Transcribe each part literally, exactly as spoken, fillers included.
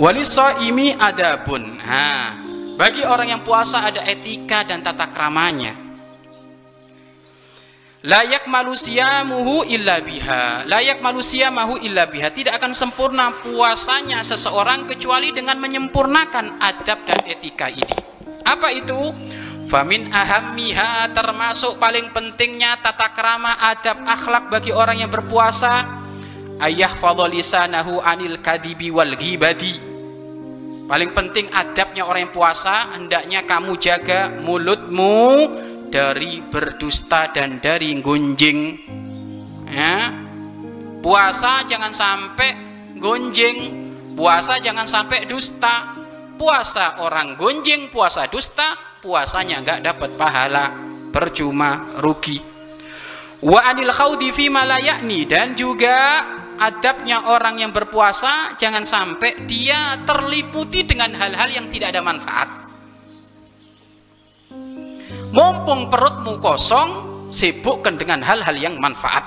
Walishaimi adabun. Ha, bagi orang yang puasa ada etika dan tata keramanya. Layak malusiyamuhu illa biha. Layak malusiyamahu illa biha. Tidak akan sempurna puasanya seseorang kecuali dengan menyempurnakan adab dan etika ini. Apa itu? Famin ahammiha, termasuk paling pentingnya tata krama adab akhlak bagi orang yang berpuasa, ayahfadha lisanahu anil kadibi wal ghibati. Paling penting adabnya orang yang puasa, hendaknya kamu jaga mulutmu dari berdusta dan dari gunjing. Ya. Puasa jangan sampai gunjing, puasa jangan sampai dusta. Puasa orang gunjing, puasa dusta, puasanya enggak dapat pahala, percuma, rugi. Wa anil khawdi fi ma la ya'ni, dan juga adabnya orang yang berpuasa jangan sampai dia terliputi dengan hal-hal yang tidak ada manfaat. Mumpung perutmu kosong, sibukkan dengan hal-hal yang manfaat.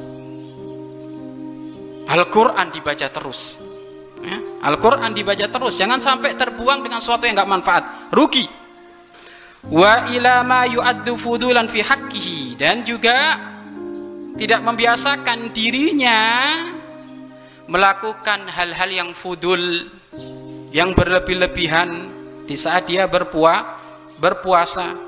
Al-Quran dibaca terus, ya? Al-Quran dibaca terus, jangan sampai terbuang dengan sesuatu yang enggak manfaat, rugi. Wa ila ma yu'addu fudulan fi haqqihi, dan juga tidak membiasakan dirinya melakukan hal-hal yang fudul, yang berlebih-lebihan di saat dia berpua, berpuasa.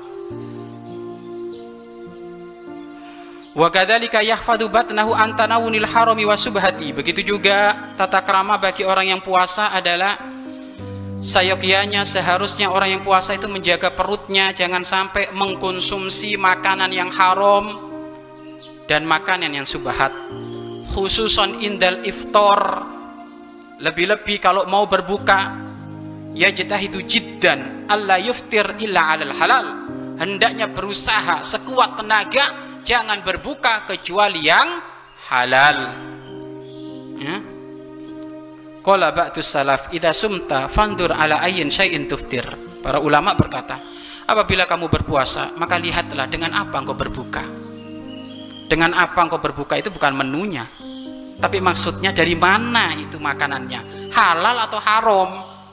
Wa kadzalika yahfadu batnahu an tanawunil harami wasubhati. Begitu juga tata krama bagi orang yang puasa adalah sayogianya, seharusnya orang yang puasa itu menjaga perutnya, jangan sampai mengkonsumsi makanan yang haram dan makanan yang subhat. Khususon indal iftar, lebih-lebih kalau mau berbuka, yajtahidu jiddan alla yuftir illa alal halal. Hendaknya berusaha sekuat tenaga jangan berbuka kecuali yang halal. Ya. Qala ba'du salaf idza sumta fandur ala ayyin syai'in tuftir. Para ulama berkata, apabila kamu berpuasa, maka lihatlah dengan apa engkau berbuka. Dengan apa engkau berbuka itu bukan menunya, tapi maksudnya dari mana itu makanannya, halal atau haram.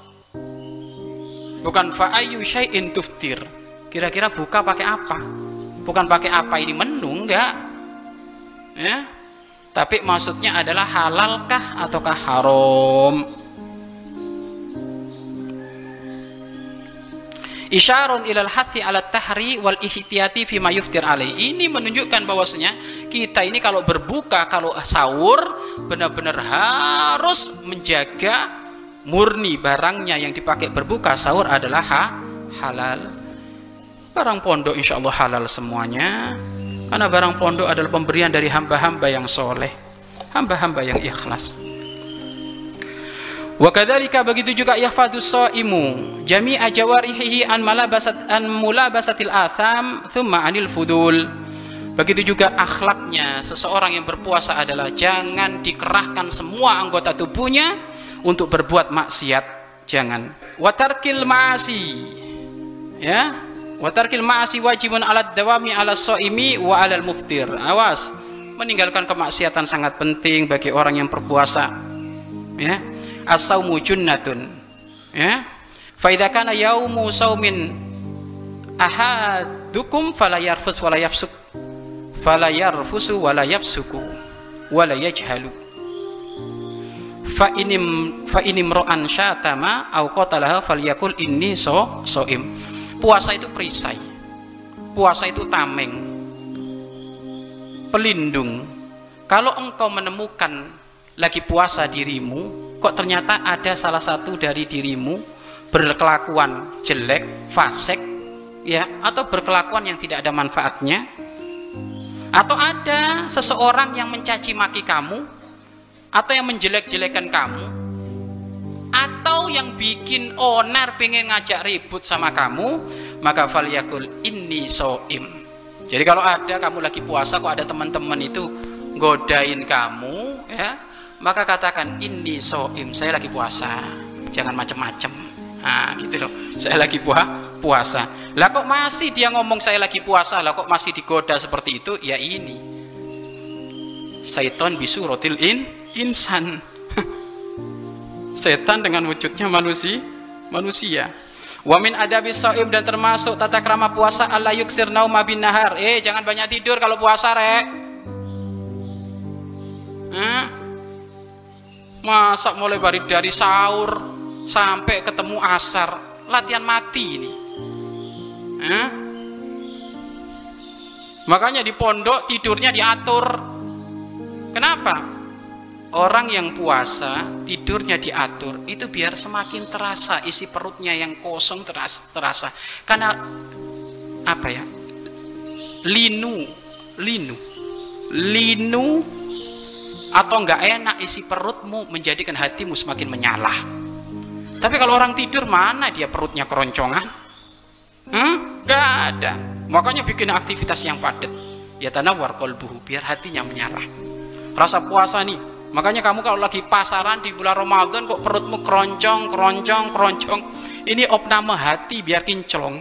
Bukan fa ayyu syai'in tuftir, kira-kira buka pakai apa, bukan pakai apa ini menu, enggak ya, tapi maksudnya adalah halalkah ataukah haram. Isyarun ilal hathi ala tahri wal ihtiyati fi ma yuftir alaih. Ini menunjukkan bahwasanya kita ini kalau berbuka, kalau sahur, benar-benar harus menjaga murni barangnya yang dipakai berbuka sahur adalah ha, halal. Barang pondok insya Allah halal semuanya, karena barang pondok adalah pemberian dari hamba-hamba yang soleh, hamba-hamba yang ikhlas. Wa kadzalika, begitu juga yahfadus shaimu jami'a jawarihi an malabasat an mulabasatil atham thumma anil fudul. Begitu juga akhlaknya seseorang yang berpuasa adalah jangan dikerahkan semua anggota tubuhnya untuk berbuat maksiat, jangan. Wa tarkil ma'asi, ya, wa tarkil ma'asi wajibun 'alad dawami 'alas shaimi wa 'alal muftir. Awas, meninggalkan kemaksiatan sangat penting bagi orang yang berpuasa, ya. As-saumu junnatun, ya. Fa idza kana yaumu saumin ahadukum fala yarfus wala yafsuk fala yarfusu wala yafsuku wala yajhalu fa inim fa inimra'an syatama au qatalah falyakul inni so soim. Puasa itu perisai, puasa itu tameng, pelindung. Kalau engkau menemukan lagi puasa dirimu, kok ternyata ada salah satu dari dirimu berkelakuan jelek, fasik, ya, atau berkelakuan yang tidak ada manfaatnya, atau ada seseorang yang mencaci maki kamu, atau yang menjelek-jelekan kamu, atau yang bikin onar pengen ngajak ribut sama kamu, maka falyakul inni shaim. Jadi kalau ada kamu lagi puasa kok ada teman-teman itu godain kamu, ya, maka katakan inni shaim, saya lagi puasa, jangan macem-macem. Nah gitu loh, saya lagi puasa puasa. Lah kok masih dia ngomong saya lagi puasa, lah kok masih digoda seperti itu? Ya ini syaiton bisuratil in insan. setan dengan wujudnya manusia manusia. Wa min adabis shaim, dan termasuk tata krama puasa alla yuksir nauma bin nahar. Eh, jangan banyak tidur kalau puasa, rek. Hah? Masa mulai dari sahur sampai ketemu asar, latihan mati ini. Hah? Makanya di pondok tidurnya diatur. Kenapa? Orang yang puasa tidurnya diatur itu biar semakin terasa isi perutnya yang kosong terasa, terasa. Karena apa ya? Linu, linu, linu atau enggak enak isi perutmu menjadikan hatimu semakin menyala. Tapi kalau orang tidur, mana dia perutnya keroncongan? Hmm? Gak ada. Makanya bikin aktivitas yang padat. Ya tanawwar qalbuhu, biar hatinya menyala. Rasa puasa nih. Makanya kamu kalau lagi pasaran di bulan Ramadan kok perutmu keroncong, keroncong, keroncong. Ini opname hati biar kinclong.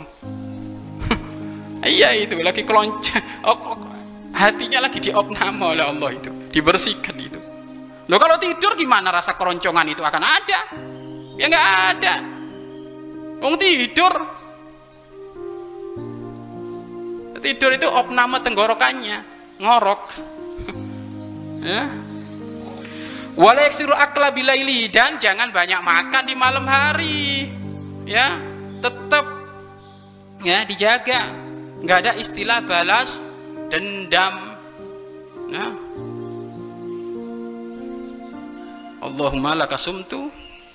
Iya itu, lagi keroncong. Hatinya lagi diopname oleh Allah itu. Dibersihkan itu. Loh kalau tidur gimana rasa keroncongan itu akan ada? Ya nggak ada. Wong tidur. Tidur itu opname tenggorokannya. Ngorok. Ya. Wala yaksiru akla bilaili, dan jangan banyak makan di malam hari. Ya, tetap ya dijaga. Nggak ada istilah balas dendam. Ya. Allahumma laka sumtu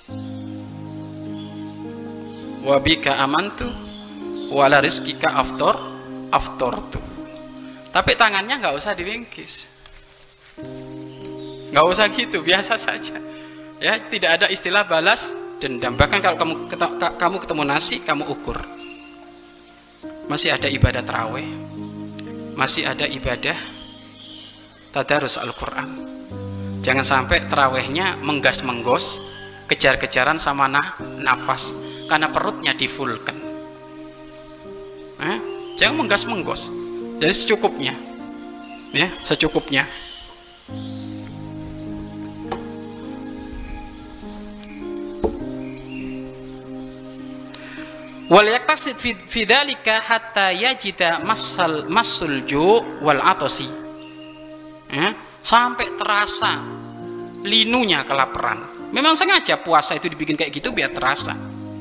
wa bika amantu wa la rizqika aftor aftortu. Tapi tangannya nggak usah diwingkis. Nggak usah gitu, biasa saja. Ya, tidak ada istilah balas dendam. Bahkan kalau kamu kamu ketemu nasi, kamu ukur. Masih ada ibadah tarawih, masih ada ibadah tadarus Al-Quran. Jangan sampai tarawihnya menggas menggos, kejar-kejaran sama nah, nafas, karena perutnya difulkan. Eh, jangan menggas menggos. Jadi secukupnya, ya, secukupnya. Wal yaktasid fi dzalika hatta yajida masal masul ju' wal atosi. Ya, sampai terasa linunya kelaparan. Memang sengaja puasa itu dibikin kayak gitu biar terasa.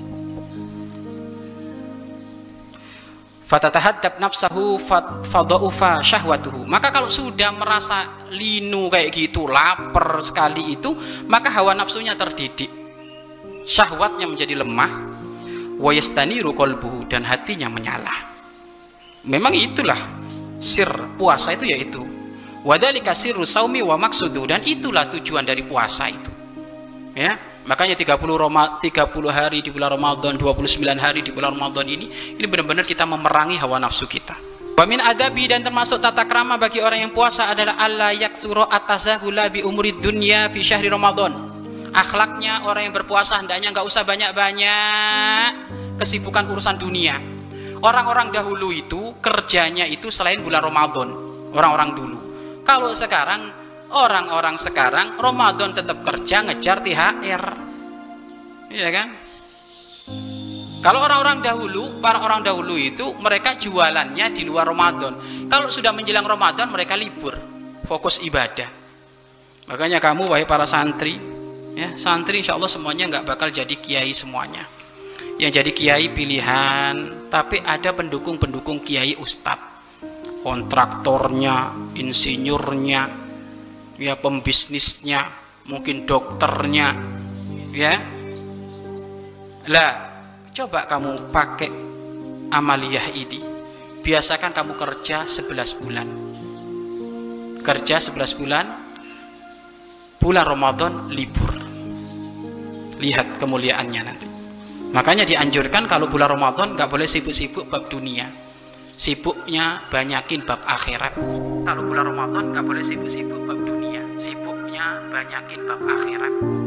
Fatatahaddab nafsahu fadha'ufa syahwatuhu. Maka kalau sudah merasa linu kayak gitu, lapar sekali itu, maka hawa nafsunya terdidik. Syahwatnya menjadi lemah. Wa yastaniru qalbuhu, dan hatinya menyala. Memang itulah sir puasa itu, yaitu wadzalika sirru saumi wa maqsudu, dan itulah tujuan dari puasa itu. Ya, makanya tiga puluh hari di bulan Ramadan, dua puluh sembilan hari di bulan Ramadan ini ini benar-benar kita memerangi hawa nafsu kita. Wa min adabi, dan termasuk tata krama bagi orang yang puasa adalah alla yaksuru atazahula bi umuri dunya fi syahri Ramadan. Akhlaknya orang yang berpuasa hendaknya nggak usah banyak-banyak kesibukan urusan dunia. Orang-orang dahulu itu kerjanya itu selain bulan Ramadan, orang-orang dulu. Kalau sekarang, orang-orang sekarang Ramadan tetap kerja ngejar T H R, iya kan? Kalau orang-orang dahulu, para orang dahulu itu mereka jualannya di luar Ramadan. Kalau sudah menjelang Ramadan mereka libur, fokus ibadah. Makanya kamu wahai para santri, ya, santri insya Allah semuanya nggak bakal jadi kiai semuanya. Yang jadi kiai pilihan, tapi ada pendukung-pendukung kiai ustadz, kontraktornya, insinyurnya, ya, pembisnisnya, mungkin dokternya, ya. Lah, coba kamu pakai amaliyah ini. Biasakan kamu kerja sebelas bulan. Kerja sebelas bulan, bulan Ramadan libur. Lihat kemuliaannya nanti. Makanya dianjurkan kalau bulan Ramadan nggak boleh sibuk-sibuk bab dunia. Sibuknya banyakin bab akhirat. Kalau bulan Ramadan nggak boleh sibuk-sibuk bab dunia. Sibuknya banyakin bab akhirat.